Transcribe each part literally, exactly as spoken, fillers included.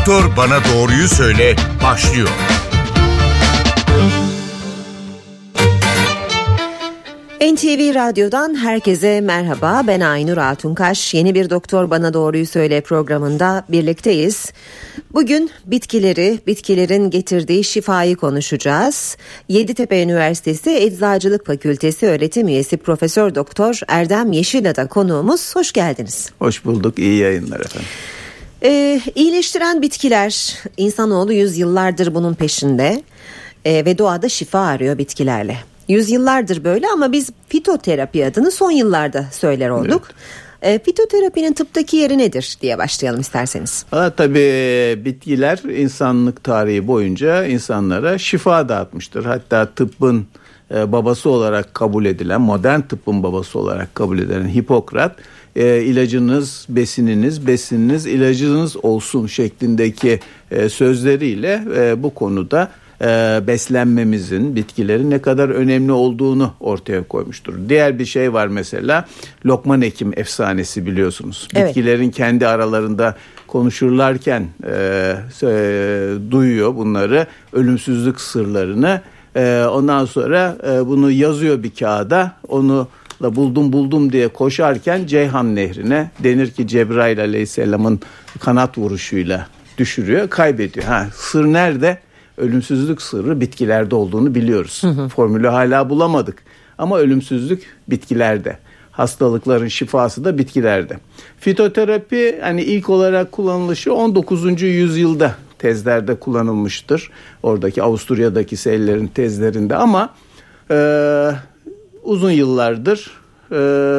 Doktor Bana Doğruyu Söyle başlıyor. N T V Radyo'dan herkese merhaba. Ben Aynur Altunkaş. Yeni bir Doktor Bana Doğruyu Söyle programında birlikteyiz. Bugün bitkileri, bitkilerin getirdiği şifayı konuşacağız. Yeditepe Üniversitesi Eczacılık Fakültesi öğretim üyesi Profesör Doktor Erdem Yeşilada konuğumuz. Hoş geldiniz. Hoş bulduk. İyi yayınlar efendim. Ee, iyileştiren bitkiler, insanoğlu yüzyıllardır bunun peşinde ee, ve doğada şifa arıyor bitkilerle. Yüzyıllardır böyle ama biz fitoterapi adını son yıllarda söyler olduk. Evet. E, fitoterapinin tıptaki yeri nedir diye başlayalım isterseniz. Ha, tabii bitkiler insanlık tarihi boyunca insanlara şifa dağıtmıştır. Hatta tıbbın e, babası olarak kabul edilen, modern tıbbın babası olarak kabul edilen Hipokrat, e, ilacınız besininiz, besininiz ilacınız olsun şeklindeki e, sözleriyle e, bu konuda beslenmemizin, bitkilerin ne kadar önemli olduğunu ortaya koymuştur. Diğer bir şey var mesela, Lokman Hekim efsanesi biliyorsunuz. Evet. Bitkilerin kendi aralarında konuşurlarken e, e, duyuyor bunları, ölümsüzlük sırlarını. E, ondan sonra e, bunu yazıyor bir kağıda, onu da buldum buldum diye koşarken Ceyhan Nehri'ne, denir ki Cebrail Aleyhisselam'ın kanat vuruşuyla düşürüyor, kaybediyor. Ha, sır nerede? Ölümsüzlük sırrı bitkilerde olduğunu biliyoruz. Hı hı. Formülü hala bulamadık ama ölümsüzlük bitkilerde. Hastalıkların şifası da bitkilerde. Fitoterapi hani ilk olarak kullanılışı on dokuzuncu yüzyılda tezlerde kullanılmıştır. Oradaki Avusturya'daki sellerin tezlerinde ama e, uzun yıllardır e,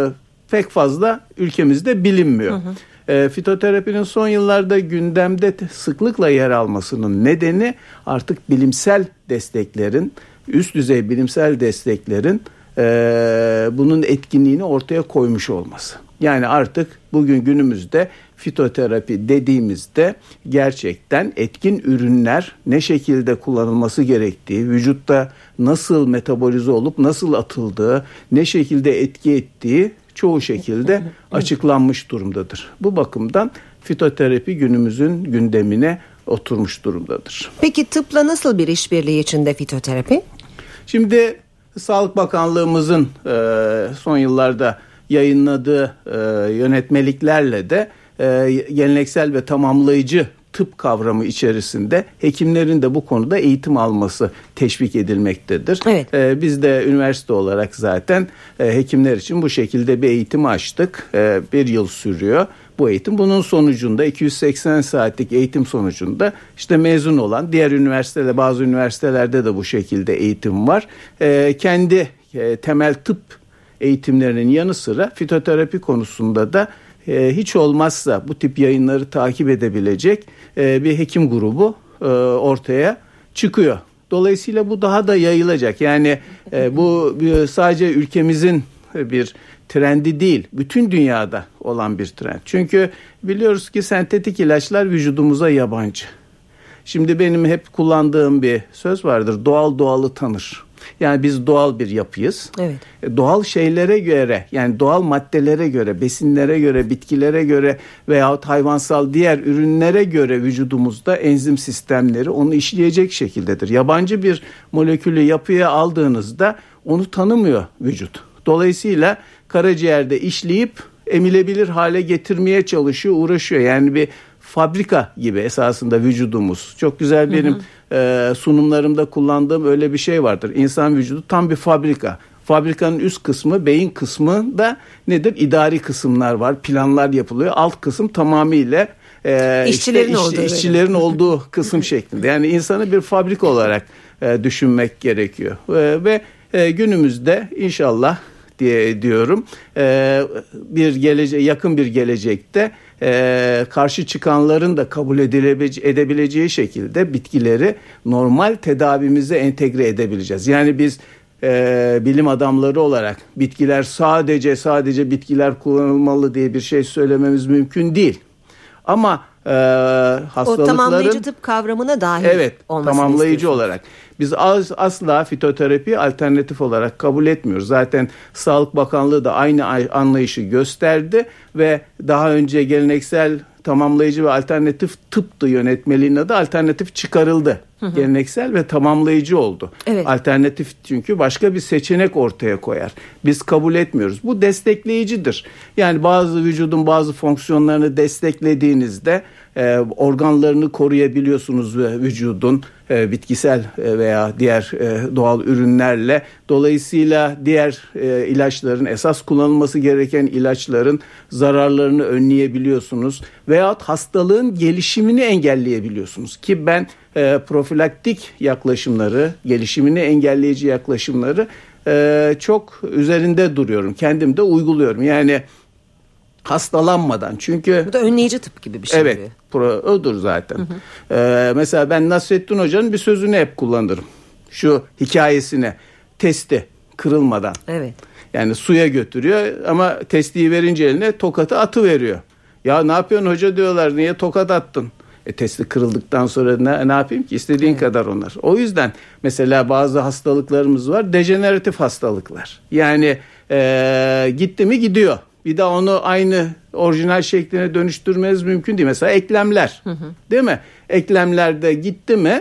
pek fazla ülkemizde bilinmiyor. Hı hı. E, fitoterapinin son yıllarda gündemde sıklıkla yer almasının nedeni artık bilimsel desteklerin, üst düzey bilimsel desteklerin e, bunun etkinliğini ortaya koymuş olması. Yani artık bugün günümüzde fitoterapi dediğimizde gerçekten etkin ürünler ne şekilde kullanılması gerektiği, vücutta nasıl metabolize olup nasıl atıldığı, ne şekilde etki ettiği çoğu şekilde açıklanmış durumdadır. Bu bakımdan fitoterapi günümüzün gündemine oturmuş durumdadır. Peki tıpla nasıl bir işbirliği içinde fitoterapi? Şimdi Sağlık Bakanlığımızın e, son yıllarda yayınladığı e, yönetmeliklerle de e, geleneksel ve tamamlayıcı tıp kavramı içerisinde hekimlerin de bu konuda eğitim alması teşvik edilmektedir. Evet. Ee, biz de üniversite olarak zaten e, hekimler için bu şekilde bir eğitim açtık. E, bir yıl sürüyor bu eğitim. Bunun sonucunda iki yüz seksen saatlik eğitim sonucunda işte mezun olan, diğer üniversitede, bazı üniversitelerde de bu şekilde eğitim var. E, kendi e, temel tıp eğitimlerinin yanı sıra fitoterapi konusunda da Ee, hiç olmazsa bu tip yayınları takip edebilecek e, bir hekim grubu e, ortaya çıkıyor. Dolayısıyla bu daha da yayılacak. Yani e, bu sadece ülkemizin bir trendi değil, bütün dünyada olan bir trend. Çünkü biliyoruz ki sentetik ilaçlar vücudumuza yabancı. Şimdi benim hep kullandığım bir söz vardır, doğal doğalı tanır. Yani biz doğal bir yapıyız. Evet. Doğal şeylere göre, yani doğal maddelere göre, besinlere göre, bitkilere göre veyahut hayvansal diğer ürünlere göre vücudumuzda enzim sistemleri onu işleyecek şekildedir. Yabancı bir molekülü yapıya aldığınızda onu tanımıyor vücut. Dolayısıyla karaciğerde işleyip emilebilir hale getirmeye çalışıyor, uğraşıyor. Yani bir fabrika gibi esasında vücudumuz. Çok güzel benim hı hı. E, sunumlarımda kullandığım öyle bir şey vardır. İnsan vücudu tam bir fabrika. Fabrikanın üst kısmı, beyin kısmı da nedir? İdari kısımlar var, planlar yapılıyor. Alt kısım tamamıyla e, işçilerin, işte, olduğu, iş, işçilerin olduğu kısım şeklinde. Yani insanı bir fabrika olarak e, düşünmek gerekiyor. E, ve e, günümüzde inşallah diye diyorum e, bir gelece yakın bir gelecekte e, karşı çıkanların da kabul edilebe- edebileceği şekilde bitkileri normal tedavimize entegre edebileceğiz. Yani biz e, bilim adamları olarak bitkiler sadece sadece bitkiler kullanılmalı diye bir şey söylememiz mümkün değil. Ama e, hastalıkların o tamamlayıcı tıp kavramına dahil evet, olmasını tamamlayıcı olarak. Biz az, asla fitoterapi alternatif olarak kabul etmiyoruz. Zaten Sağlık Bakanlığı da aynı anlayışı gösterdi ve daha önce geleneksel tamamlayıcı ve alternatif tıptı, yönetmeliğin adı alternatif çıkarıldı. Hı hı. Geleneksel ve tamamlayıcı oldu. Evet. Alternatif çünkü başka bir seçenek ortaya koyar. Biz kabul etmiyoruz. Bu destekleyicidir. Yani bazı vücudun bazı fonksiyonlarını desteklediğinizde e, organlarını koruyabiliyorsunuz ve vücudun e, bitkisel e, veya diğer e, doğal ürünlerle. Dolayısıyla diğer e, ilaçların, esas kullanılması gereken ilaçların zararlarını önleyebiliyorsunuz veyahut hastalığın gelişimini engelleyebiliyorsunuz ki ben e, profilaktik yaklaşımları, gelişimini engelleyici yaklaşımları e, çok üzerinde duruyorum. Kendim de uyguluyorum. Yani hastalanmadan, çünkü bu da önleyici tıp gibi bir şey. Evet, pro, odur zaten. Hı hı. E, mesela ben Nasrettin Hoca'nın bir sözünü hep kullanırım. Şu hikayesine, testi kırılmadan. Evet. Yani suya götürüyor ama testiyi verince eline tokatı atı veriyor. Ya ne yapıyorsun hoca diyorlar, niye tokat attın? E, testi kırıldıktan sonra ne, ne yapayım ki? İstediğin evet. kadar onlar. O yüzden mesela bazı hastalıklarımız var. Dejeneratif hastalıklar. Yani e, gitti mi gidiyor. Bir daha onu aynı orijinal şekline dönüştürmeniz mümkün değil. Mesela eklemler. Hı hı. Değil mi? Eklemlerde gitti mi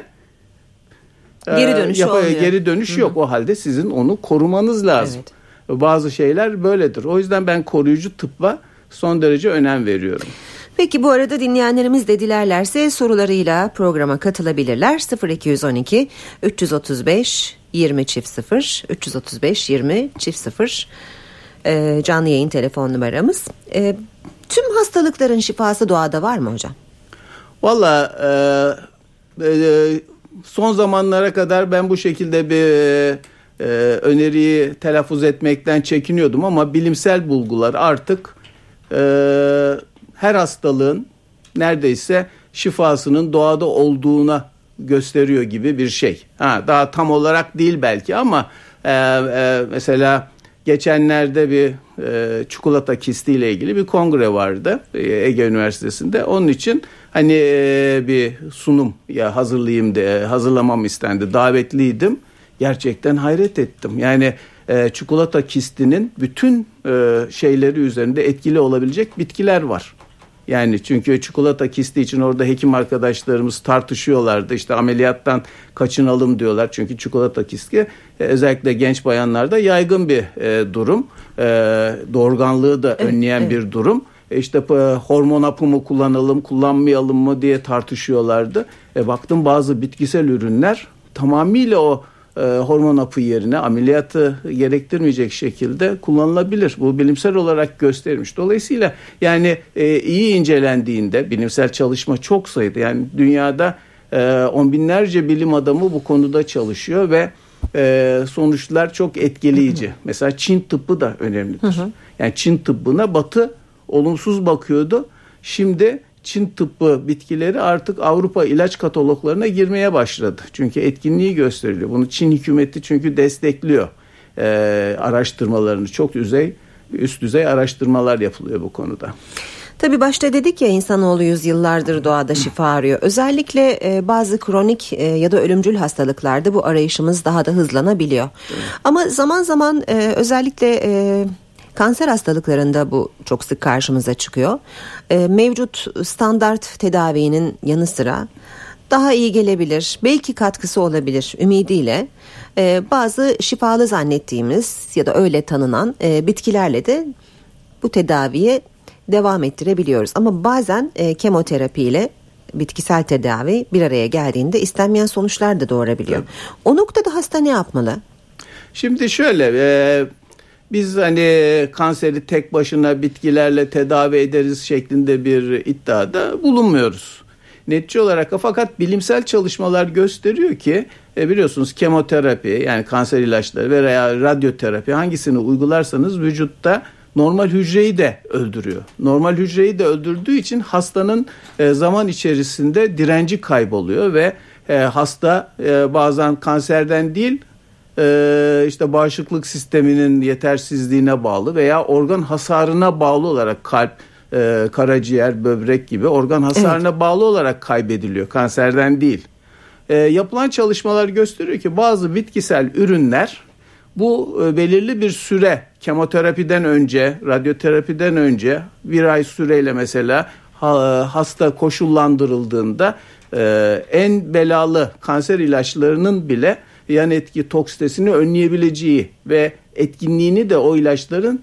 geri dönüş, e, yap- geri dönüş hı hı. yok. O halde sizin onu korumanız lazım. Evet. Bazı şeyler böyledir. O yüzden ben koruyucu tıbba son derece önem veriyorum. Peki bu arada dinleyenlerimiz de dilerlerse sorularıyla programa katılabilirler. sıfır iki on iki üç otuz beş yirmi çift sıfır üç otuz beş yirmi çift sıfır e, canlı yayın telefon numaramız. E, tüm hastalıkların şifası doğada var mı hocam? Valla e, e, son zamanlara kadar ben bu şekilde bir e, e, öneriyi telaffuz etmekten çekiniyordum ama bilimsel bulgular artık e, her hastalığın neredeyse şifasının doğada olduğuna gösteriyor gibi bir şey. Ha, daha tam olarak değil belki ama e, e, mesela geçenlerde bir e, çikolata kisti ile ilgili bir kongre vardı e, Ege Üniversitesi'nde. Onun için hani e, bir sunum ya hazırlayayım diye hazırlamam istendi. Davetliydim. Gerçekten hayret ettim. Yani e, çikolata kistinin bütün e, şeyleri üzerinde etkili olabilecek bitkiler var. Yani çünkü çikolata kisti için orada hekim arkadaşlarımız tartışıyorlardı. İşte ameliyattan kaçınalım diyorlar. Çünkü çikolata kisti e, özellikle genç bayanlarda yaygın bir e, durum. E, doğurganlığı da evet, önleyen evet. bir durum. E, işte e, hormon hapı mı kullanalım, kullanmayalım mı diye tartışıyorlardı. E, baktım bazı bitkisel ürünler tamamıyla o e, hormon hapı yerine ameliyatı gerektirmeyecek şekilde kullanılabilir. Bu bilimsel olarak gösterilmiş. Dolayısıyla yani e, iyi incelendiğinde bilimsel çalışma çok sayıda, yani dünyada e, on binlerce bilim adamı bu konuda çalışıyor ve e, sonuçlar çok etkileyici. Hı hı. Mesela Çin tıbbı da önemlidir. Hı hı. Yani Çin tıbbına Batı olumsuz bakıyordu. Şimdi Çin tıbbı bitkileri artık Avrupa ilaç kataloglarına girmeye başladı. Çünkü etkinliği gösteriliyor. Bunu Çin hükümeti çünkü destekliyor. Ee, araştırmalarını çok düzey, üst düzey araştırmalar yapılıyor bu konuda. Tabii başta dedik ya, insanoğlu yüzyıllardır doğada şifa arıyor. Özellikle e, bazı kronik e, ya da ölümcül hastalıklarda bu arayışımız daha da hızlanabiliyor. Evet. Ama zaman zaman e, özellikle e, kanser hastalıklarında bu çok sık karşımıza çıkıyor. E, mevcut standart tedavinin yanı sıra daha iyi gelebilir, belki katkısı olabilir ümidiyle e, bazı şifalı zannettiğimiz ya da öyle tanınan e, bitkilerle de bu tedaviye devam ettirebiliyoruz. Ama bazen e, kemoterapi ile bitkisel tedavi bir araya geldiğinde istenmeyen sonuçlar da doğurabiliyor. Evet. O noktada hasta ne yapmalı? Şimdi şöyle, e, biz hani kanseri tek başına bitkilerle tedavi ederiz şeklinde bir iddiada bulunmuyoruz. Netice olarak, fakat bilimsel çalışmalar gösteriyor ki e, biliyorsunuz kemoterapi, yani kanser ilaçları veya radyoterapi, hangisini uygularsanız vücutta normal hücreyi de öldürüyor. Normal hücreyi de öldürdüğü için hastanın e, zaman içerisinde direnci kayboluyor ve e, hasta e, bazen kanserden değil e, işte bağışıklık sisteminin yetersizliğine bağlı veya organ hasarına bağlı olarak kalp, e, karaciğer, böbrek gibi organ hasarına evet. bağlı olarak kaybediliyor. Kanserden değil. E, yapılan çalışmalar gösteriyor ki bazı bitkisel ürünler bu e, belirli bir süre, kemoterapiden önce, radyoterapiden önce bir ay süreyle mesela hasta koşullandırıldığında en belalı kanser ilaçlarının bile yan etki toksitesini önleyebileceği ve etkinliğini de o ilaçların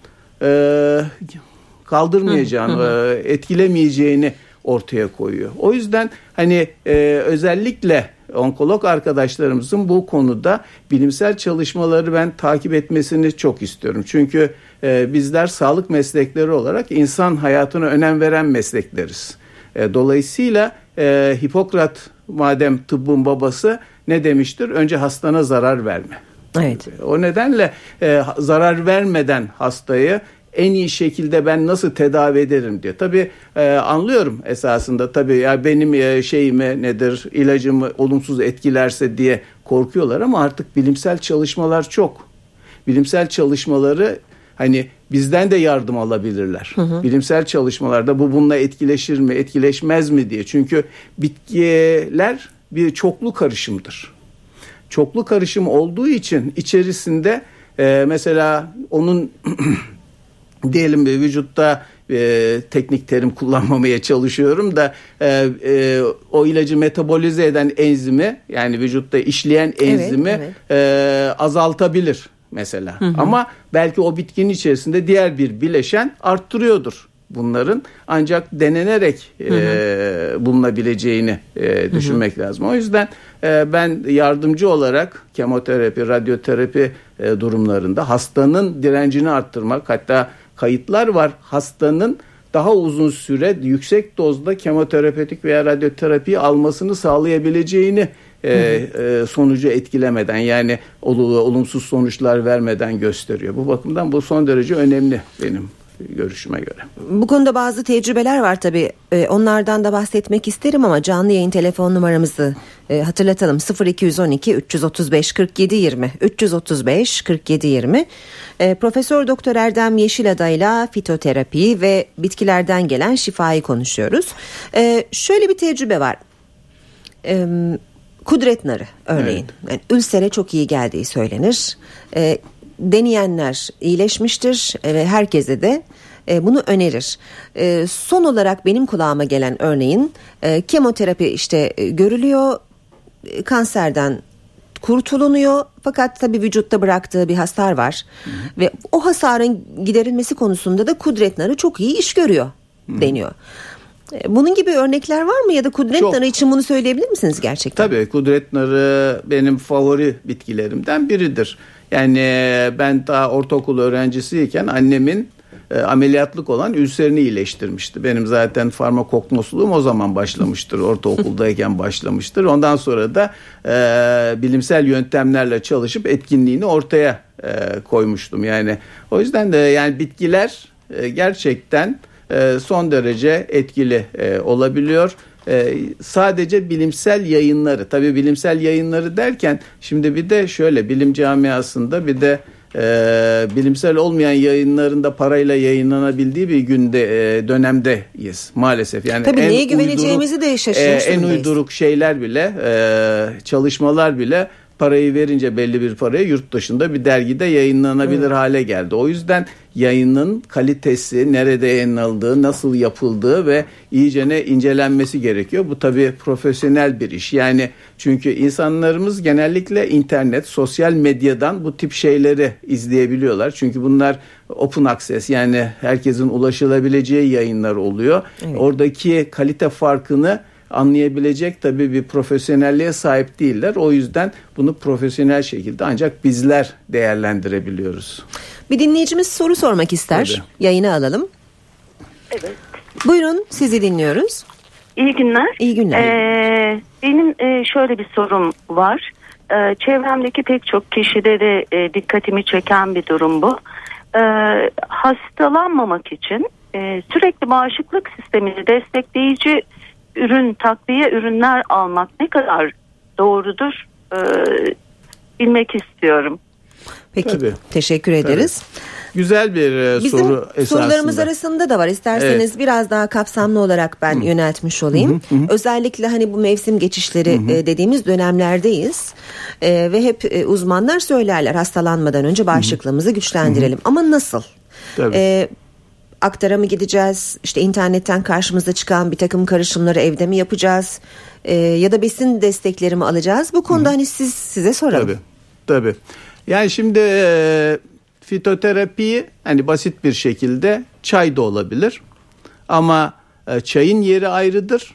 kaldırmayacağını, hı hı. etkilemeyeceğini ortaya koyuyor. O yüzden hani özellikle onkolog arkadaşlarımızın bu konuda bilimsel çalışmaları ben takip etmesini çok istiyorum. Çünkü e, bizler sağlık meslekleri olarak insan hayatına önem veren meslekleriz. E, dolayısıyla e, Hipokrat madem tıbbın babası ne demiştir? Önce hastana zarar verme. Evet. O nedenle e, zarar vermeden hastayı en iyi şekilde ben nasıl tedavi ederim diye. Tabii e, anlıyorum esasında tabii ya benim e, şeyimi nedir ilacımı olumsuz etkilerse diye korkuyorlar ama artık bilimsel çalışmalar çok. Bilimsel çalışmaları hani bizden de yardım alabilirler. Hı hı. Bilimsel çalışmalarda bu bununla etkileşir mi, etkileşmez mi diye. Çünkü bitkiler bir çoklu karışımdır. Çoklu karışım olduğu için içerisinde e, mesela onun diyelim bir vücutta e, teknik terim kullanmamaya çalışıyorum da e, e, o ilacı metabolize eden enzimi yani vücutta işleyen enzimi evet, evet. E, azaltabilir mesela. Hı hı. Ama belki o bitkinin içerisinde diğer bir bileşen arttırıyordur bunların. Ancak denenerek hı hı. E, bulunabileceğini e, düşünmek hı hı. lazım. O yüzden e, ben yardımcı olarak kemoterapi, radyoterapi e, durumlarında hastanın direncini arttırmak hatta kayıtlar var hastanın daha uzun süre yüksek dozda kemoterapetik veya radyoterapi almasını sağlayabileceğini e, e, sonucu etkilemeden yani olumsuz sonuçlar vermeden gösteriyor. Bu bakımdan bu son derece önemli benim görüşüme göre. Bu konuda bazı tecrübeler var tabii. Ee, onlardan da bahsetmek isterim ama canlı yayın telefon numaramızı e, hatırlatalım. sıfır iki on iki üç otuz beş kırk yedi yirmi üç otuz beş kırk yedi yirmi. E, Profesör Doktor Erdem Yeşilada'yla fitoterapi ve bitkilerden gelen şifayı konuşuyoruz. E, şöyle bir tecrübe var. E, kudret narı örneğin. Evet. Yani ülsere çok iyi geldiği söylenir. E, deneyenler iyileşmiştir ve herkese de e, bunu önerir. E, son olarak benim kulağıma gelen örneğin e, kemoterapi işte e, görülüyor, e, kanserden kurtulunuyor fakat tabii vücutta bıraktığı bir hasar var. Hı hı. Ve o hasarın giderilmesi konusunda da kudret narı çok iyi iş görüyor hı. deniyor. Bunun gibi örnekler var mı ya da kudret Çok. narı için bunu söyleyebilir misiniz gerçekten? Tabii kudret narı benim favori bitkilerimden biridir. Yani ben daha ortaokul öğrencisiyken annemin e, ameliyatlık olan ülserini iyileştirmişti. Benim zaten farmakognosluğum o zaman başlamıştır. Ortaokuldayken başlamıştır. Ondan sonra da e, bilimsel yöntemlerle çalışıp etkinliğini ortaya e, koymuştum. Yani o yüzden de yani bitkiler e, gerçekten son derece etkili olabiliyor. Sadece bilimsel yayınları, tabii bilimsel yayınları derken şimdi bir de şöyle bilim camiasında bir de e, bilimsel olmayan yayınların da parayla yayınlanabildiği bir günde e, dönemdeyiz maalesef. Yani tabii en neye güveneceğimizi uyduruk, de şaşırmış e, en uyduruk şeyler bile, e, çalışmalar bile parayı verince belli bir paraya yurt dışında bir dergide yayınlanabilir evet. hale geldi. O yüzden yayının kalitesi, nerede yayınlandığı, nasıl yapıldığı ve iyicene incelenmesi gerekiyor. Bu tabii profesyonel bir iş. Yani çünkü insanlarımız genellikle internet, sosyal medyadan bu tip şeyleri izleyebiliyorlar. Çünkü bunlar open access yani herkesin ulaşılabileceği yayınlar oluyor. Evet. Oradaki kalite farkını anlayabilecek tabii bir profesyonelliğe sahip değiller. O yüzden bunu profesyonel şekilde ancak bizler değerlendirebiliyoruz. Bir dinleyicimiz soru sormak ister. Tabii. Yayına alalım. Evet. Buyurun sizi dinliyoruz. İyi günler. İyi günler. Ee, benim e, şöyle bir sorum var. Ee, çevremdeki pek çok kişide de e, dikkatimi çeken bir durum bu. Ee, hastalanmamak için e, sürekli bağışıklık sistemini destekleyici ürün, takviye ürünler almak ne kadar doğrudur ee, bilmek istiyorum. Peki Tabii. teşekkür ederiz. Tabii. Güzel bir e, Bizim soru esasında. Bizim sorularımız arasında da var. İsterseniz evet. biraz daha kapsamlı olarak ben hı. yöneltmiş olayım. Hı hı. Özellikle hani bu mevsim geçişleri hı hı. E, dediğimiz dönemlerdeyiz. E, ve hep e, uzmanlar söylerler hastalanmadan önce bağışıklığımızı güçlendirelim. Hı hı. Ama nasıl? Tabii. E, aktara mı gideceğiz? İşte internetten karşımıza çıkan bir takım karışımları evde mi yapacağız? Ee, ya da besin destekleri mi alacağız? Bu konuda Hı. hani siz size soralım. Tabii. Tabii. Yani şimdi e, fitoterapi hani basit bir şekilde çay da olabilir. Ama e, çayın yeri ayrıdır.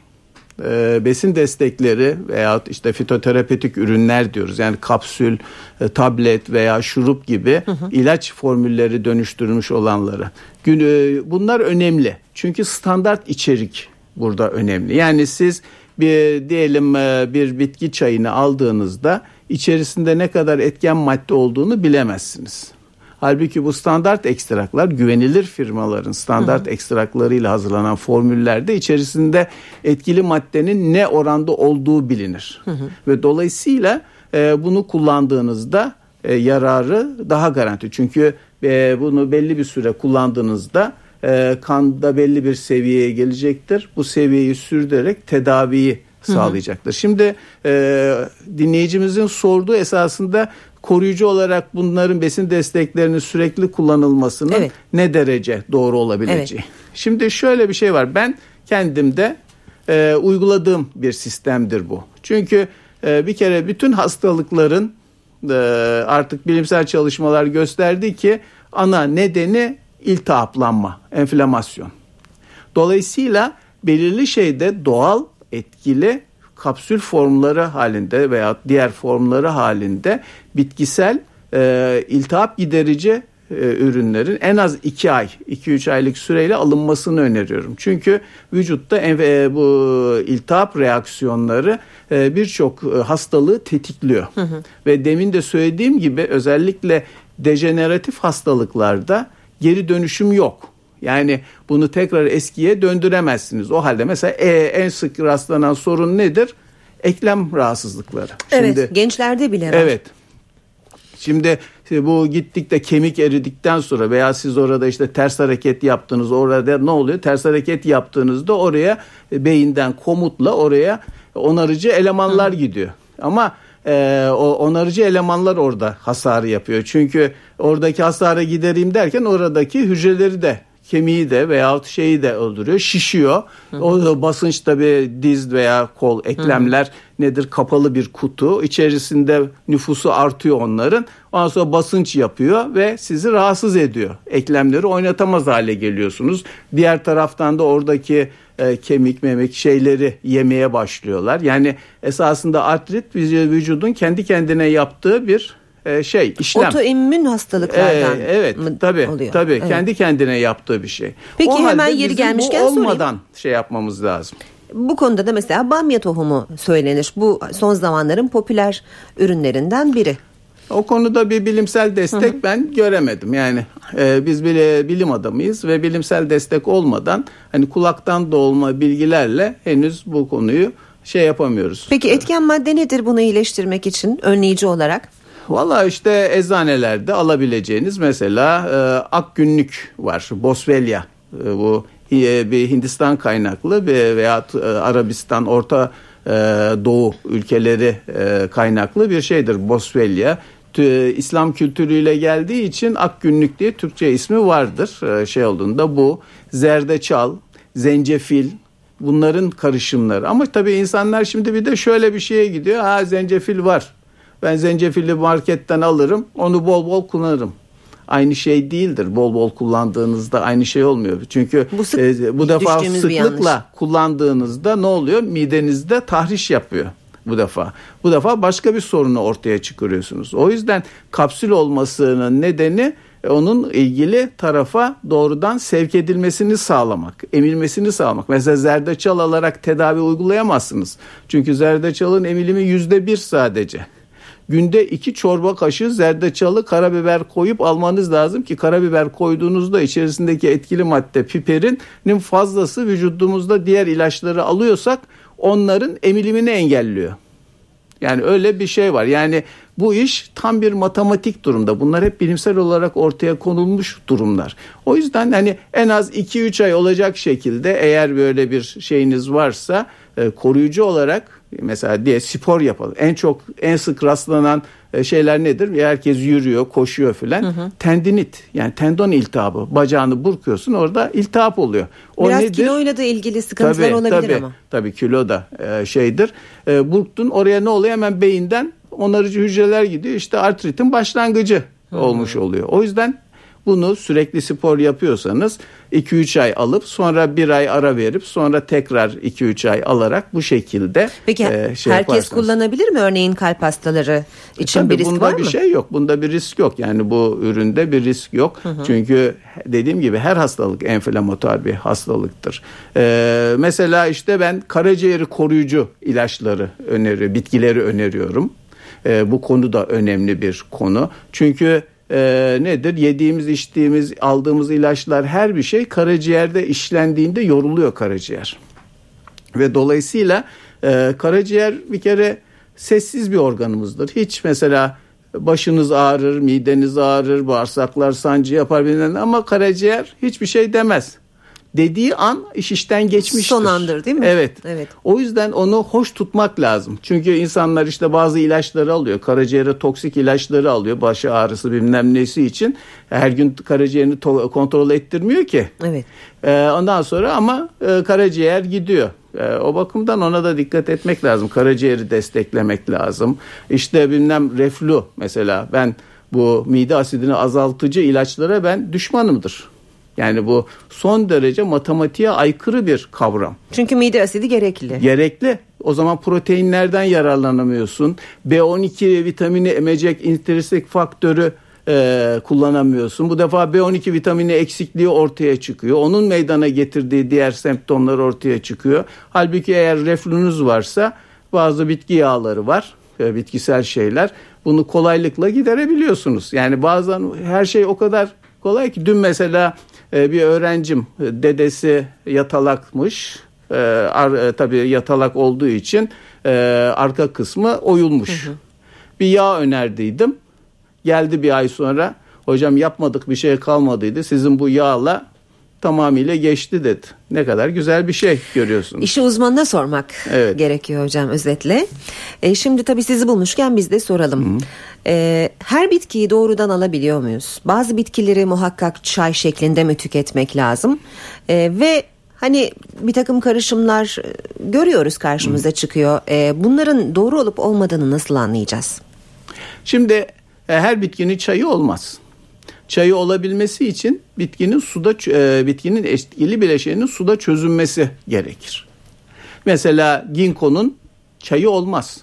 E, besin destekleri veya işte fitoterapötik ürünler diyoruz. Yani kapsül, e, tablet veya şurup gibi hı hı. ilaç formülleri dönüştürmüş olanları. Gün, e, bunlar önemli. Çünkü standart içerik burada önemli. Yani siz bir diyelim e, bir bitki çayını aldığınızda içerisinde ne kadar etken madde olduğunu bilemezsiniz. Halbuki bu standart ekstraklar güvenilir firmaların standart hı hı. ekstraklarıyla hazırlanan formüllerde içerisinde etkili maddenin ne oranda olduğu bilinir. Hı hı. Ve dolayısıyla e, bunu kullandığınızda e, yararı daha garanti. Çünkü e, bunu belli bir süre kullandığınızda e, kanda belli bir seviyeye gelecektir. Bu seviyeyi sürdürerek tedaviyi sağlayacaktır. Hı hı. Şimdi e, dinleyicimizin sorduğu esasında koruyucu olarak bunların besin desteklerinin sürekli kullanılmasının evet. ne derece doğru olabileceği. Evet. Şimdi şöyle bir şey var. Ben kendimde e, uyguladığım bir sistemdir bu. Çünkü e, bir kere bütün hastalıkların e, artık bilimsel çalışmalar gösterdi ki ana nedeni iltihaplanma, enflamasyon. Dolayısıyla belirli şeyde doğal etkili kapsül formları halinde veya diğer formları halinde bitkisel e, iltihap giderici e, ürünlerin en az iki ay, iki üç aylık süreyle alınmasını öneriyorum. Çünkü vücutta e, bu iltihap reaksiyonları e, birçok e, hastalığı tetikliyor. Hı hı. Ve demin de söylediğim gibi özellikle dejeneratif hastalıklarda geri dönüşüm yok. Yani bunu tekrar eskiye döndüremezsiniz. O halde mesela e, en sık rastlanan sorun nedir? Eklem rahatsızlıkları. Evet, Şimdi, gençlerde bile var. Evet. Şimdi bu gittikte kemik eridikten sonra veya siz orada işte ters hareket yaptınız, orada ne oluyor? Ters hareket yaptığınızda oraya beyinden komutla oraya onarıcı elemanlar Hı. gidiyor. Ama e, o onarıcı elemanlar orada hasarı yapıyor. Çünkü oradaki hasarı gidereyim derken oradaki hücreleri de kemiği de veyahut şeyi de öldürüyor, şişiyor. Hı hı. O basınç tabii diz veya kol, eklemler hı hı. nedir? Kapalı bir kutu. İçerisinde nüfusu artıyor onların. Ondan sonra basınç yapıyor ve sizi rahatsız ediyor. Eklemleri oynatamaz hale geliyorsunuz. Diğer taraftan da oradaki e, kemik, memek şeyleri yemeye başlıyorlar. Yani esasında artrit vücudun kendi kendine yaptığı bir şey işlem. Otoimmün hastalıklardan ee, evet, mı tabii, oluyor? Tabii evet. kendi kendine yaptığı bir şey. Peki o hemen yeri gelmişken bu olmadan sorayım. Şey yapmamız lazım. Bu konuda da mesela bamya tohumu söylenir. Bu son zamanların popüler ürünlerinden biri. O konuda bir bilimsel destek hı hı. ben göremedim. Yani e, biz bile bilim adamıyız ve bilimsel destek olmadan hani kulaktan dolma bilgilerle henüz bu konuyu şey yapamıyoruz. Peki etken madde nedir bunu iyileştirmek için önleyici olarak? Valla işte eczanelerde alabileceğiniz mesela e, akgünlük var. Boswellia e, bu e, bir Hindistan kaynaklı bir veya e, Arabistan, Orta e, Doğu ülkeleri e, kaynaklı bir şeydir Boswellia. T- İslam kültürüyle geldiği için akgünlük diye Türkçe ismi vardır. E, şey olduğunda bu zerdeçal, zencefil bunların karışımları. Ama tabii insanlar şimdi bir de şöyle bir şeye gidiyor. Ha zencefil var. Ben zencefili marketten alırım, onu bol bol kullanırım. Aynı şey değildir. Bol bol kullandığınızda aynı şey olmuyor. Çünkü bu, sık, e, bu defa sıklıkla kullandığınızda ne oluyor? Midenizde tahriş yapıyor bu defa. Bu defa başka bir sorunu ortaya çıkarıyorsunuz. O yüzden kapsül olmasının nedeni onun ilgili tarafa doğrudan sevk edilmesini sağlamak, emilmesini sağlamak. Mesela zerdeçal alarak tedavi uygulayamazsınız. Çünkü zerdeçalın emilimi yüzde bir sadece. Günde iki çorba kaşığı zerdeçalı karabiber koyup almanız lazım ki karabiber koyduğunuzda içerisindeki etkili madde piperinin fazlası vücudumuzda diğer ilaçları alıyorsak onların emilimini engelliyor. Yani öyle bir şey var. Yani bu iş tam bir matematik durumda. Bunlar hep bilimsel olarak ortaya konulmuş durumlar. O yüzden hani en az iki üç ay olacak şekilde eğer böyle bir şeyiniz varsa koruyucu olarak mesela diye spor yapalım. En çok en sık rastlanan şeyler nedir? Herkes yürüyor, koşuyor filan. Hı hı. Tendinit, yani tendon iltihabı. Bacağını burkuyorsun, orada iltihap oluyor. O Biraz nedir? kiloyla da ilgili sıkıntılar tabii, olabilir tabii, ama. Tabii kilo da e, şeydir. E, burktun, oraya ne oluyor? Hemen beyinden onarıcı hücreler gidiyor. İşte artritin başlangıcı hı. olmuş oluyor. O yüzden bunu sürekli spor yapıyorsanız iki üç ay alıp sonra bir ay ara verip sonra tekrar iki üç ay alarak bu şekilde Peki e, şey herkes yaparsanız. kullanabilir mi örneğin kalp hastaları için Tabii bir risk bunda var mı? bir şey yok. Bunda bir risk yok. Yani bu üründe bir risk yok. Hı hı. Çünkü dediğim gibi her hastalık enflamatuar bir hastalıktır. Ee, mesela işte ben karaciğeri koruyucu ilaçları öneri, bitkileri öneriyorum. Ee, bu konu da önemli bir konu. Çünkü Ee, nedir? Yediğimiz, içtiğimiz, aldığımız ilaçlar, her bir şey karaciğerde işlendiğinde yoruluyor karaciğer. Ve dolayısıyla e, karaciğer bir kere sessiz bir organımızdır. Hiç mesela başınız ağrır, mideniz ağrır, bağırsaklar sancı yapar bilmem, ama karaciğer hiçbir şey demez. Dediği an iş işten geçmiştir. Son andır değil mi? Evet. Evet. O yüzden onu hoş tutmak lazım. Çünkü insanlar işte bazı ilaçları alıyor. Karaciğere toksik ilaçları alıyor. Başı ağrısı bilmem nesi için. Her gün karaciğerini to- kontrol ettirmiyor ki. Evet. Ee, ondan sonra ama e, karaciğer gidiyor. E, o bakımdan ona da dikkat etmek lazım. Karaciğeri desteklemek lazım. İşte bilmem reflü mesela, ben bu mide asidini azaltıcı ilaçlara ben düşmanımdır. Yani bu son derece matematiğe aykırı bir kavram. Çünkü mide asidi gerekli. Gerekli. O zaman proteinlerden yararlanamıyorsun. B on iki vitamini emecek intrinsik faktörü e, kullanamıyorsun. Bu defa B on iki vitamini eksikliği ortaya çıkıyor. Onun meydana getirdiği diğer semptomlar ortaya çıkıyor. Halbuki eğer reflünüz varsa bazı bitki yağları var. E, bitkisel şeyler. Bunu kolaylıkla giderebiliyorsunuz. Yani bazen her şey o kadar kolay ki. Dün mesela bir öğrencim, dedesi yatalakmış. Ee, ar, tabii yatalak olduğu için e, arka kısmı oyulmuş. Hı hı. Bir yağ önerdiydim. Geldi bir ay sonra, hocam yapmadık, bir şey kalmadıydı. Sizin bu yağla tamamıyla geçti dedi. Ne kadar güzel bir şey görüyorsunuz. İşi uzmanına sormak evet. gerekiyor hocam özetle. E, şimdi tabii sizi bulmuşken biz de soralım. E, her bitkiyi doğrudan alabiliyor muyuz? Bazı bitkileri muhakkak çay şeklinde mi tüketmek lazım? E, ve hani bir takım karışımlar görüyoruz karşımıza Hı. çıkıyor. E, bunların doğru olup olmadığını nasıl anlayacağız? Şimdi e, her bitkinin çayı olmaz. Çayı olabilmesi için bitkinin suda e, bitkinin etkili bileşeninin suda çözünmesi gerekir. Mesela ginkonun çayı olmaz.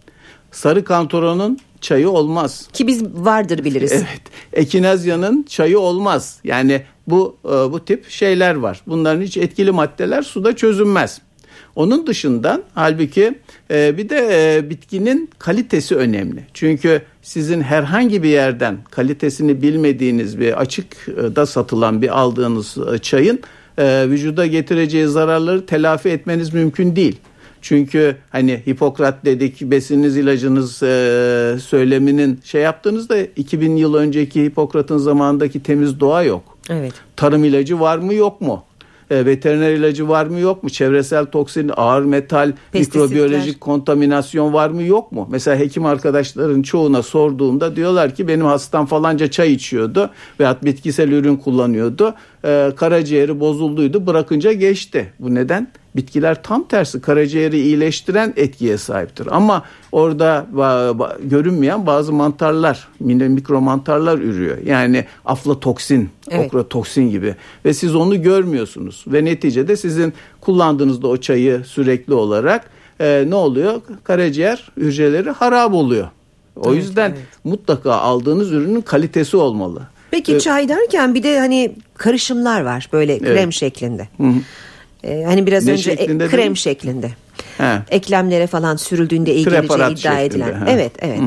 Sarı kantaronun çayı olmaz. Ki biz vardır biliriz. Evet. Ekinazyanın çayı olmaz. Yani bu e, bu tip şeyler var. Bunların hiç etkili maddeler suda çözünmez. Onun dışından halbuki e, bir de e, bitkinin kalitesi önemli. Çünkü sizin herhangi bir yerden kalitesini bilmediğiniz bir açıkta satılan bir aldığınız çayın e, vücuda getireceği zararları telafi etmeniz mümkün değil. Çünkü hani Hipokrat dedik, besiniz ilacınız e, söyleminin şey yaptığınızda iki bin yıl önceki Hipokrat'ın zamanındaki temiz doğa yok. Evet. Tarım ilacı var mı yok mu? E, veteriner ilacı var mı yok mu? Çevresel toksin, ağır metal, pestisitler, mikrobiyolojik kontaminasyon var mı yok mu? Mesela hekim arkadaşların çoğuna sorduğumda diyorlar ki benim hastam falanca çay içiyordu veyahut bitkisel ürün kullanıyordu. E, karaciğeri bozulduydu, bırakınca geçti. Bu neden? Bitkiler tam tersi karaciğeri iyileştiren etkiye sahiptir. Ama orada ba- ba- görünmeyen bazı mantarlar, mikro mantarlar ürüyor. Yani aflatoksin, evet. okratoksin gibi. Ve siz onu görmüyorsunuz. Ve neticede sizin kullandığınızda o çayı sürekli olarak e, ne oluyor? Karaciğer hücreleri harap oluyor. O evet, yüzden evet. mutlaka aldığınız ürünün kalitesi olmalı. Peki ee, çay derken bir de hani karışımlar var böyle krem evet. şeklinde. Hı hı. Ee, hani biraz ne önce e, krem mi? Şeklinde. He. Eklemlere falan sürüldüğünde iyi geleceği iddia şeklinde. Edilen. He. Evet, evet.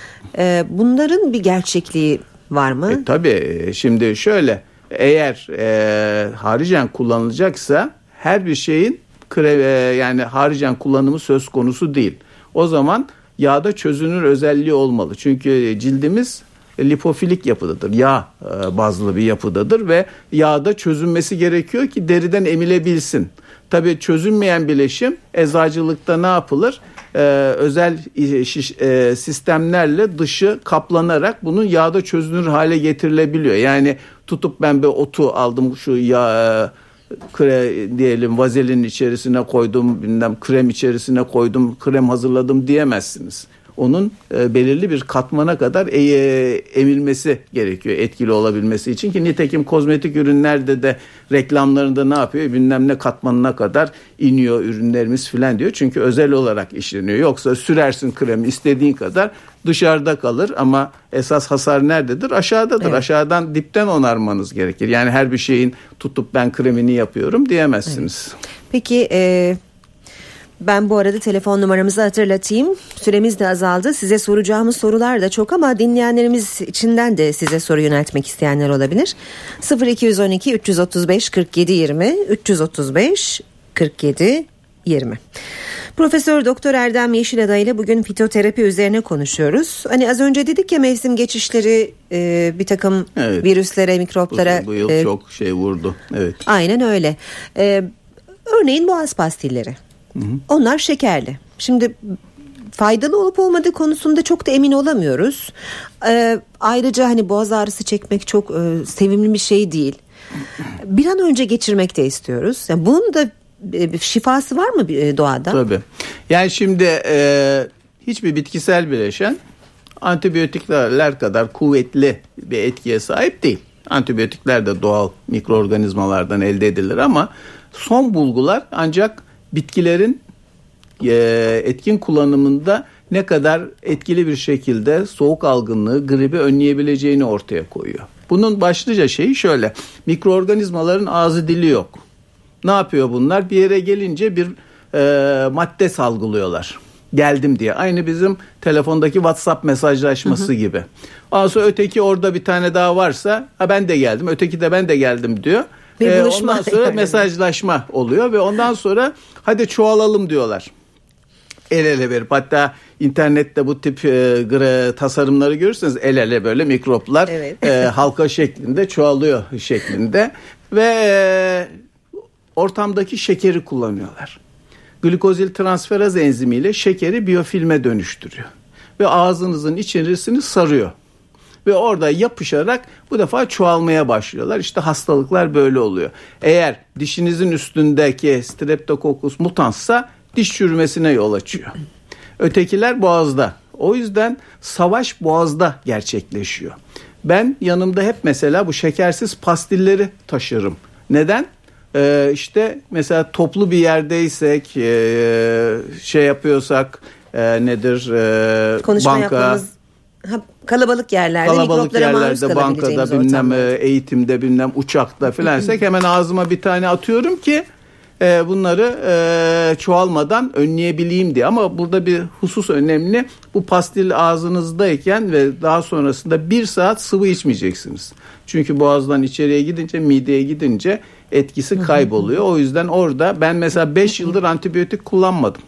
Ee, bunların bir gerçekliği var mı? E, tabii. Şimdi şöyle, eğer e, haricen kullanılacaksa her bir şeyin krem, e, yani haricen kullanımı söz konusu değil. O zaman yağda çözünür özelliği olmalı. Çünkü cildimiz lipofilik yapıdadır. Yağ bazlı bir yapıdadır ve yağda çözünmesi gerekiyor ki deriden emilebilsin. Tabii çözünmeyen bileşim eczacılıkta ne yapılır? e, özel şiş, e, sistemlerle dışı kaplanarak bunun yağda çözünür hale getirilebiliyor. Yani tutup ben bir otu aldım, şu yağ kre diyelim vazelin içerisine koydum, bilmem krem içerisine koydum, krem hazırladım diyemezsiniz. Onun e, belirli bir katmana kadar e, emilmesi gerekiyor etkili olabilmesi için ki nitekim kozmetik ürünlerde de reklamlarında ne yapıyor? Bilmem ne katmanına kadar iniyor ürünlerimiz filan diyor. Çünkü özel olarak işleniyor. Yoksa sürersin kremi istediğin kadar dışarıda kalır ama esas hasar nerededir? Aşağıdadır. Evet. Aşağıdan dipten onarmanız gerekir. Yani her bir şeyin tutup ben kremini yapıyorum diyemezsiniz. Evet. Peki e, ben bu arada telefon numaramızı hatırlatayım. Süremiz de azaldı. Size soracağımız sorular da çok ama dinleyenlerimiz içinden de size soru yöneltmek isteyenler olabilir. sıfır iki on iki üç otuz beş kırk yedi yirmi üç otuz beş kırk yedi yirmi. Profesör Doktor Erdem Yeşilada ile bugün fitoterapi üzerine konuşuyoruz. Hani az önce dedik ya mevsim geçişleri e, bir takım evet. virüslere, mikroplara. Bu, bu yıl e, çok şey vurdu. Evet. Aynen öyle. E, örneğin boğaz pastilleri. Hı hı. Onlar şekerli. Şimdi faydalı olup olmadığı konusunda çok da emin olamıyoruz. E, ayrıca hani boğaz ağrısı çekmek çok e, sevimli bir şey değil. Bir an önce geçirmek de istiyoruz. Yani bunun da şifası var mı doğada? Tabii. Yani şimdi e, hiçbir bitkisel bileşen antibiyotikler kadar kuvvetli bir etkiye sahip değil. Antibiyotikler de doğal mikroorganizmalardan elde edilir ama son bulgular ancak bitkilerin e, etkin kullanımında ne kadar etkili bir şekilde soğuk algınlığı, gribi önleyebileceğini ortaya koyuyor. Bunun başlıca şeyi şöyle: mikroorganizmaların ağzı dili yok. Ne yapıyor bunlar? Bir yere gelince bir e, madde salgılıyorlar. Geldim diye. Aynı bizim telefondaki WhatsApp mesajlaşması hı hı. gibi. Ondan sonra öteki orada bir tane daha varsa ha ben de geldim. Öteki de ben de geldim diyor. E, ondan sonra yani. mesajlaşma oluyor ve ondan sonra hadi çoğalalım diyorlar. El ele verip, hatta internette bu tip e, tasarımları görürseniz el ele böyle mikroplar evet. e, halka şeklinde çoğalıyor şeklinde ve e, ortamdaki şekeri kullanıyorlar. Glikozil transferaz enzimiyle şekeri biyofilme dönüştürüyor. Ve ağzınızın içerisini sarıyor. Ve orada yapışarak bu defa çoğalmaya başlıyorlar. İşte hastalıklar böyle oluyor. Eğer dişinizin üstündeki Streptococcus mutanssa diş çürümesine yol açıyor. Ötekiler boğazda. O yüzden savaş boğazda gerçekleşiyor. Ben yanımda hep mesela bu şekersiz pastilleri taşırım. Neden? Ee, işte mesela toplu bir yerdeysek, e, şey yapıyorsak e, nedir? E, Konuşma banka, yapmamız, ha, kalabalık yerlerde, kalabalık yerlerde, bankada, bilmem eğitimde, bilmem uçakta filansek hemen ağzıma bir tane atıyorum ki e, bunları e, çoğalmadan önleyebileyim diye. Ama burada bir husus önemli. Bu pastil ağzınızdayken ve daha sonrasında bir saat sıvı içmeyeceksiniz. Çünkü boğazdan içeriye gidince, mideye gidince etkisi kayboluyor. O yüzden orada ben mesela beş yıldır antibiyotik kullanmadım.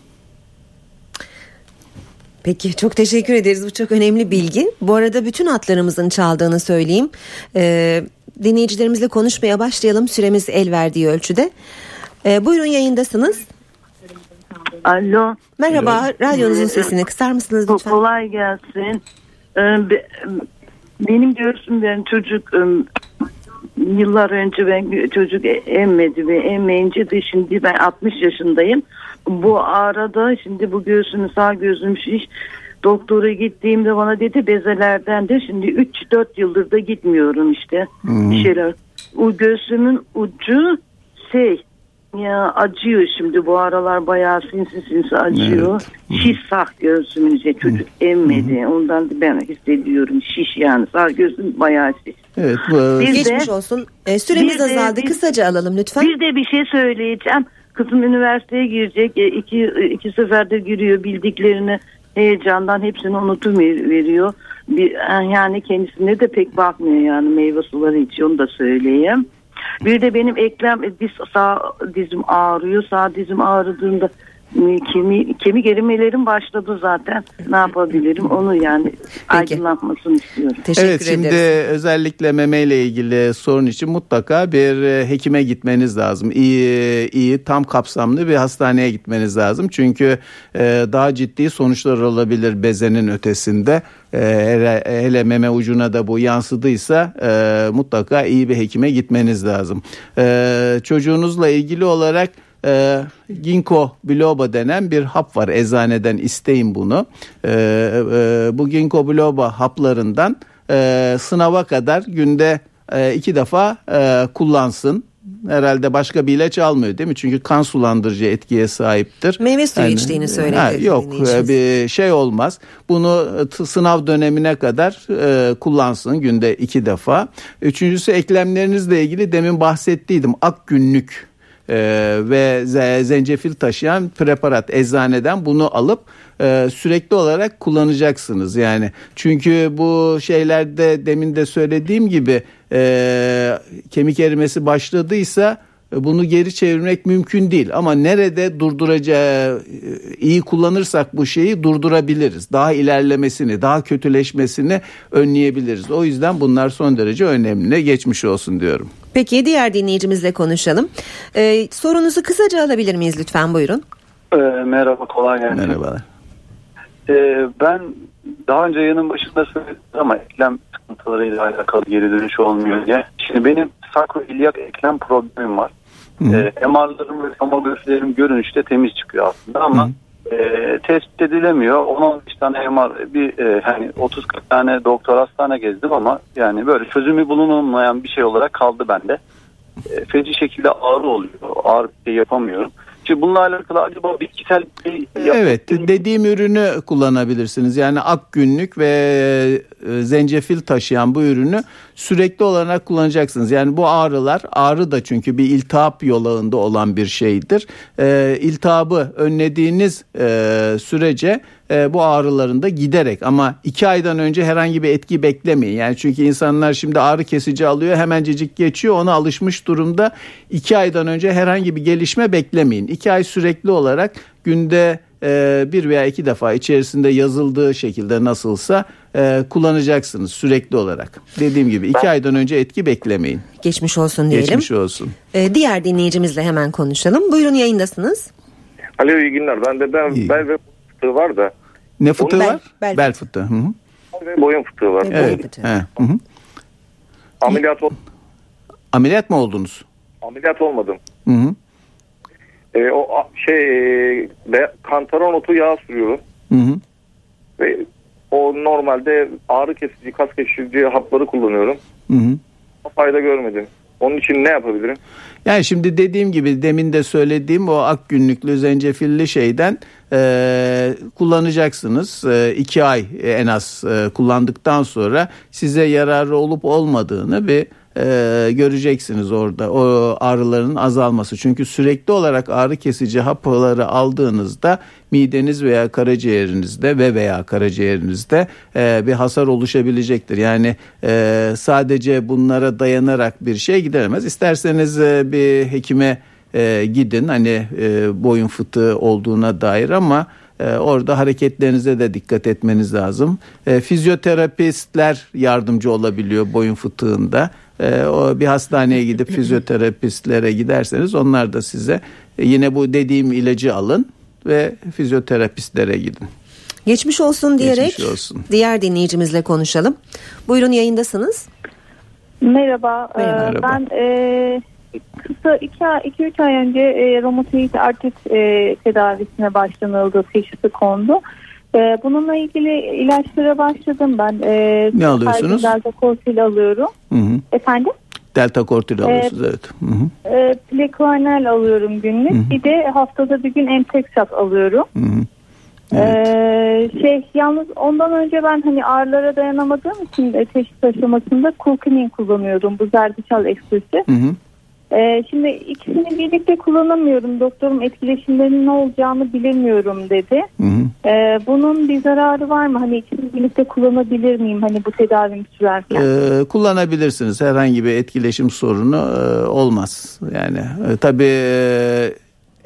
Peki, çok teşekkür ederiz. Bu çok önemli bilgi. Bu arada bütün hatlarımızın çaldığını söyleyeyim. Ee, dinleyicilerimizle konuşmaya başlayalım. Süremiz el verdiği ölçüde. Ee, buyurun, yayındasınız. Alo. Merhaba. Evet. Radyonuzun sesini kısar mısınız lütfen? Kolay gelsin. Ee, benim göğsüm, ben çocuk yıllar önce ben çocuk emmedi ve emmeyince de şimdi ben altmış yaşındayım. Bu arada şimdi bu göğsüm, sağ gözüm şiş. Doktora gittiğimde bana dedi bezelerden de, şimdi üç dört yıldır da gitmiyorum işte. Hmm. Bir şeyler. O göğsümün ucu şey ya acıyor şimdi, bu aralar bayağı sinsi sinsi acıyor. Evet. Şiş sağ göğsümün işte, çocuk hmm. emmedi. Ondan da ben hissediyorum şiş, yani sağ gözüm bayağı şiş. Evet. Bu... Geçmiş de, olsun. E, süremiz azaldı. De, Kısaca alalım lütfen. Bir de bir şey söyleyeceğim. Kızım üniversiteye girecek. E, iki, iki seferde giriyor, bildiklerini heyecandan hepsini unutuveriyor. Bir, yani kendisine de pek bakmıyor, yani meyve suları içiyor, onu da söyleyeyim. Bir de benim eklem, diz, sağ dizim ağrıyor. Sağ dizim ağrıdığında Kemi, kemik erimelerim başladı zaten. Ne yapabilirim onu yani Peki. aydınlatmasını istiyorum. Teşekkür evet şimdi ederiz. özellikle memeyle ilgili sorun için mutlaka bir hekime gitmeniz lazım. İyi, iyi tam kapsamlı bir hastaneye gitmeniz lazım. Çünkü e, daha ciddi sonuçlar olabilir bezenin ötesinde. E, hele, hele meme ucuna da bu yansıdıysa e, mutlaka iyi bir hekime gitmeniz lazım. E, çocuğunuzla ilgili olarak E, ginkgo biloba denen bir hap var. Eczaneden isteyin bunu. E, e, bu ginkgo biloba haplarından e, sınava kadar günde e, iki defa e, kullansın. Herhalde başka bir ilaç almıyor değil mi? Çünkü kan sulandırıcı etkiye sahiptir. Meyve suyu yani, içtiğini söyledi. Ha, yok bir şey olmaz. Bunu t- sınav dönemine kadar e, kullansın günde iki defa. Üçüncüsü eklemlerinizle ilgili demin bahsettiydim. Ak günlük Ee, ve zencefil taşıyan preparat eczaneden bunu alıp e, sürekli olarak kullanacaksınız yani çünkü bu şeylerde demin de söylediğim gibi e, kemik erimesi başladıysa bunu geri çevirmek mümkün değil ama nerede durduracağı iyi kullanırsak bu şeyi durdurabiliriz. Daha ilerlemesini, daha kötüleşmesini önleyebiliriz. O yüzden bunlar son derece önemli. Geçmiş olsun diyorum. Peki diğer dinleyicimizle konuşalım. Ee, sorunuzu kısaca alabilir miyiz lütfen, buyurun. Ee, merhaba, kolay gelsin. Merhabalar. Ee, ben daha önce yayının başında söyledim ama eklem sıkıntılarıyla alakalı geri dönüş olmuyor diye. Şimdi benim sakroilyak eklem problemim var. Ee, M R'larım ve tomografilerim görünüşte temiz çıkıyor aslında ama e, tespit edilemiyor. on on beş tane M R, bir e, hani otuz kırk tane doktor hastane gezdim ama yani böyle çözümü bulunmayan bir şey olarak kaldı bende. E, feci şekilde ağrı oluyor. Ağrı bir şey yapamıyorum. Şimdi bununla alakalı acaba bitkisel bir şey evet dediğim ürünü kullanabilirsiniz. Yani ak günlük ve e, zencefil taşıyan bu ürünü sürekli olarak kullanacaksınız. Yani bu ağrılar ağrı da çünkü bir iltihap yolağında olan bir şeydir. E, iltihabı önlediğiniz e, sürece e, bu ağrıların da giderek ama iki aydan önce herhangi bir etki beklemeyin. Yani çünkü insanlar şimdi ağrı kesici alıyor hemencecik geçiyor ona alışmış durumda. iki aydan önce herhangi bir gelişme beklemeyin. iki ay sürekli olarak günde e, bir veya iki defa içerisinde yazıldığı şekilde nasılsa e, kullanacaksınız sürekli olarak. Dediğim gibi iki aydan önce etki beklemeyin. Geçmiş olsun diyelim. Geçmiş olsun. Ee, diğer dinleyicimizle hemen konuşalım. Buyurun, yayındasınız. Alo, iyi günler. Bende ben İyi. bel ve fıtığı var da. Ne fıtığı Bel- var? bel- Bel fıtığı. Hı-hı. Ve boyun fıtığı var. Evet. Evet. He. Hı-hı. Ameliyat, ol- Ameliyat mı oldunuz? ameliyat olmadım. Hı-hı. Ee, o a- şey be, kantaron otu yağı sürüyorum. Hı-hı. Ve o normalde ağrı kesici, kas geçirici hapları kullanıyorum. Hı-hı. Fayda görmedim. Onun için ne yapabilirim? Yani şimdi dediğim gibi demin de söylediğim o ak günlüklü zencefilli şeyden e, kullanacaksınız. E, iki ay en az e, kullandıktan sonra size yararı olup olmadığını bir e, göreceksiniz orada o ağrıların azalması. Çünkü sürekli olarak ağrı kesici hapları aldığınızda mideniz veya karaciğerinizde ve veya karaciğerinizde e, bir hasar oluşabilecektir. Yani e, sadece bunlara dayanarak bir şey gideremez. İsterseniz e, bir hekime e, gidin hani e, boyun fıtığı olduğuna dair ama e, orada hareketlerinize de dikkat etmeniz lazım. E, fizyoterapistler yardımcı olabiliyor boyun fıtığında. E, o bir hastaneye gidip fizyoterapistlere giderseniz onlar da size e, yine bu dediğim ilacı alın ve fizyoterapistlere gidin. Geçmiş olsun diyerek Geçmiş olsun. diğer dinleyicimizle konuşalım. Buyurun, yayındasınız. Merhaba. Merhaba. Ee, Ben e, kısa iki üç ay önce e, romatoid artrit e, tedavisine başlanıldı, teşhisi kondu. E, bununla ilgili ilaçlara başladım ben. E, Ne alıyorsunuz? Delta Cortil alıyorum. Hı hı. Efendim? Delta Cortil alıyorsunuz, evet. Hı hı. E, Plequenal alıyorum günlük. Hı hı. Bir de haftada bir gün Emtexat alıyorum. Hı hı. Evet. Ee, şey yalnız ondan önce ben hani ağrılara dayanamadığım için e, teşhis aşamasında Kulkinin kullanıyordum, bu zerdeçal ekstresi. Hı hı. Ee, şimdi ikisini birlikte kullanamıyorum. Doktorum etkileşimlerinin ne olacağını bilemiyorum dedi. Hı hı. Ee, bunun bir zararı var mı? Hani ikisini birlikte kullanabilir miyim? Hani bu tedavim sürerken. Ee, kullanabilirsiniz. Herhangi bir etkileşim sorunu e, olmaz. Yani e, tabii e,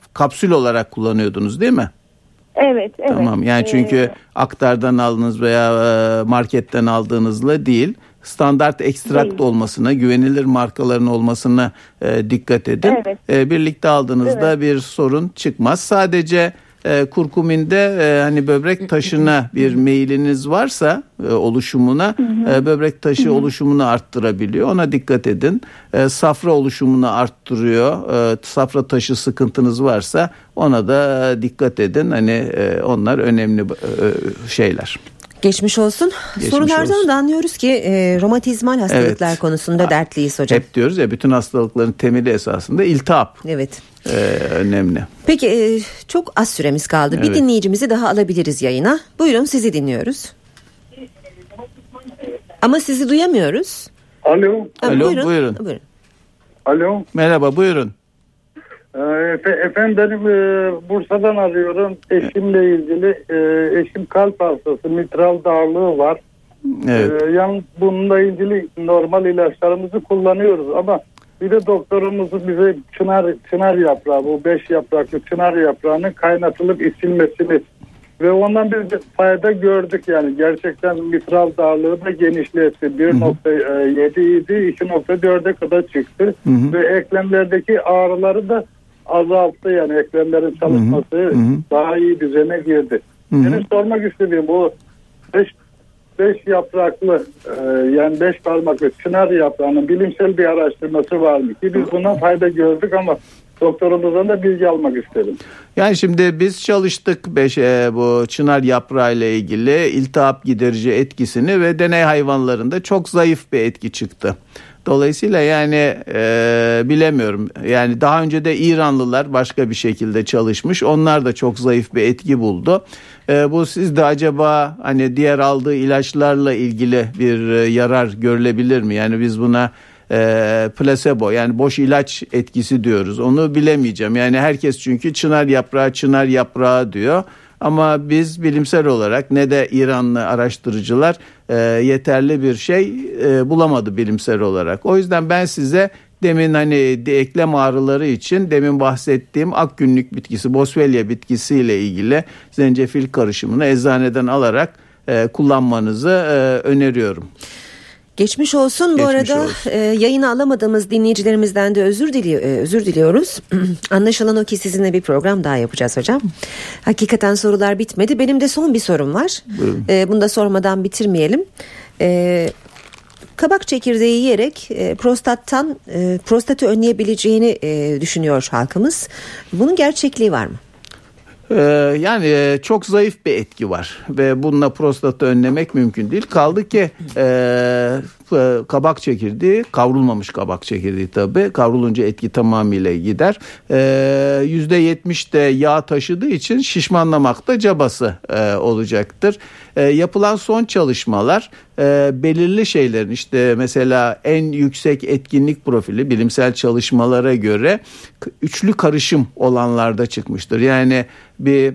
kapsül olarak kullanıyordunuz değil mi? Evet, evet. Tamam, yani çünkü Ee, aktardan aldığınız veya marketten aldığınızla değil, standart ekstrakt Değil. olmasına, güvenilir markaların olmasına e, dikkat edin. Evet. E, birlikte aldığınızda Evet. bir sorun çıkmaz. Sadece e, kurkuminde e, hani böbrek taşına bir meyiliniz varsa e, oluşumuna e, böbrek taşı oluşumunu arttırabiliyor. Ona dikkat edin. E, safra oluşumunu arttırıyor. E, safra taşı sıkıntınız varsa ona da e, dikkat edin. Hani e, onlar önemli e, şeyler. Geçmiş olsun. Geçmiş Sorulardan olsun. da anlıyoruz ki e, romatizmal hastalıklar Evet. konusunda dertliyiz hocam. Hep diyoruz ya, bütün hastalıkların temeli esasında iltihap. Evet. E, önemli. Peki e, çok az süremiz kaldı. Bir Evet. dinleyicimizi daha alabiliriz yayına. Buyurun, sizi dinliyoruz. Ama sizi duyamıyoruz. Alo. Ha, Alo, buyurun. buyurun. buyurun. Alo. Merhaba, buyurun. Ee, efe- efendim benim e, Bursa'dan arıyorum. Eşimle ilgili. E, eşim kalp hastası. Mitral darlığı var. Evet. Ee, yani bununla ilgili normal ilaçlarımızı kullanıyoruz ama bir de doktorumuz bize çınar çınar yaprağı, bu beş yapraklı çınar yaprağının kaynatılıp içilmesini ve ondan bir fayda gördük. Yani gerçekten mitral darlığı da genişletti. bir nokta yedi idi, iki nokta dörde kadar çıktı. Hı hı. Ve eklemlerdeki ağrıları da azalttı. Yani eklemlerin çalışması Hı hı. daha iyi düzene girdi. Hı hı. Benim sormak istediğim bu beş beş yapraklı e, yani beş parmaklı çınar yaprağının bilimsel bir araştırması var mı ki biz bundan fayda gördük ama doktorumuzdan da bilgi almak istedim. Yani şimdi biz çalıştık beş, e, bu çınar yaprağı ile ilgili iltihap giderici etkisini ve deney hayvanlarında çok zayıf bir etki çıktı. Dolayısıyla yani e, bilemiyorum. Yani daha önce de İranlılar başka bir şekilde çalışmış. Onlar da çok zayıf bir etki buldu. E, bu sizde acaba hani diğer aldığı ilaçlarla ilgili bir e, yarar görülebilir mi? Yani biz buna e, plasebo, yani boş ilaç etkisi diyoruz. Onu bilemeyeceğim. Yani herkes çünkü çınar yaprağı çınar yaprağı diyor. Ama biz bilimsel olarak ne de İranlı araştırıcılar e, yeterli bir şey e, bulamadı bilimsel olarak. O yüzden ben size demin hani eklem ağrıları için demin bahsettiğim ak günlük bitkisi, Boswellia bitkisiyle ilgili zencefil karışımını eczaneden alarak e, kullanmanızı e, öneriyorum. Geçmiş olsun. Bu Geçmiş arada olsun. e, yayını alamadığımız dinleyicilerimizden de özür dili e, özür diliyoruz. Anlaşılan o ki sizinle bir program daha yapacağız hocam. Hakikaten sorular bitmedi. Benim de son bir sorum var. E, bunu da sormadan bitirmeyelim. E, kabak çekirdeği yiyerek e, prostattan e, prostatı önleyebileceğini e, düşünüyor halkımız. Bunun gerçekliği var mı? Ee, yani çok zayıf bir etki var ve bununla prostatı önlemek mümkün değil. Kaldı ki e, kabak çekirdeği, kavrulmamış kabak çekirdeği tabii, kavrulunca etki tamamıyla gider. E, yüzde yetmiş de yağ taşıdığı için şişmanlamak da cabası e, olacaktır. E, yapılan son çalışmalar e, belirli şeylerin, işte mesela en yüksek etkinlik profili bilimsel çalışmalara göre üçlü karışım olanlarda çıkmıştır. Yani bir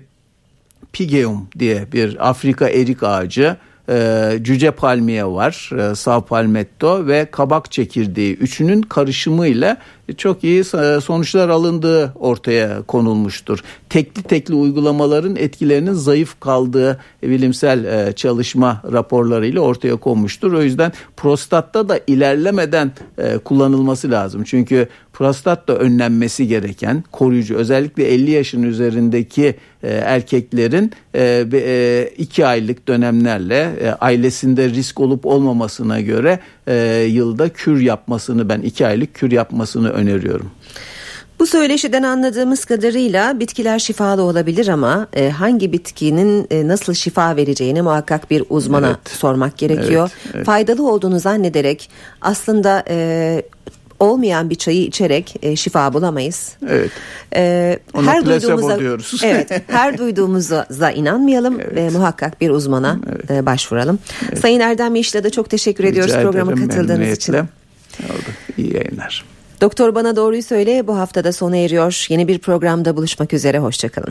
Pygeum diye bir Afrika erik ağacı, e, cüce palmiye var, e, Sao palmetto ve kabak çekirdeği, üçünün karışımıyla çok iyi sonuçlar alındığı ortaya konulmuştur. Tekli tekli uygulamaların etkilerinin zayıf kaldığı bilimsel çalışma raporlarıyla ortaya konmuştur. O yüzden prostatta da ilerlemeden kullanılması lazım. Çünkü prostat da önlenmesi gereken, koruyucu, özellikle elli yaşın üzerindeki erkeklerin iki aylık dönemlerle ailesinde risk olup olmamasına göre yılda kür yapmasını, ben iki aylık kür yapmasını öneriyorum. Bu söyleşiden anladığımız kadarıyla bitkiler şifalı olabilir ama e, hangi bitkinin e, nasıl şifa vereceğini muhakkak bir uzmana Evet. sormak gerekiyor. Evet, evet. Faydalı olduğunu zannederek aslında e, olmayan bir çayı içerek e, şifa bulamayız. Evet. E, Ona her plasebo duyduğumuza diyoruz. Evet, her duyduğumuza inanmayalım Evet. ve muhakkak bir uzmana Evet. e, başvuralım. Evet. Sayın Erdem Yeşil'e de çok teşekkür ediyoruz Rica programa ederim, katıldığınız için. memnuniyetle. Oldu. İyi yayınlar. Doktor Bana Doğruyu Söyle bu haftada sona eriyor. Yeni bir programda buluşmak üzere. Hoşçakalın.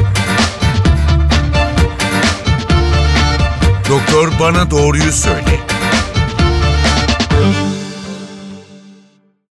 Doktor Bana Doğruyu Söyle.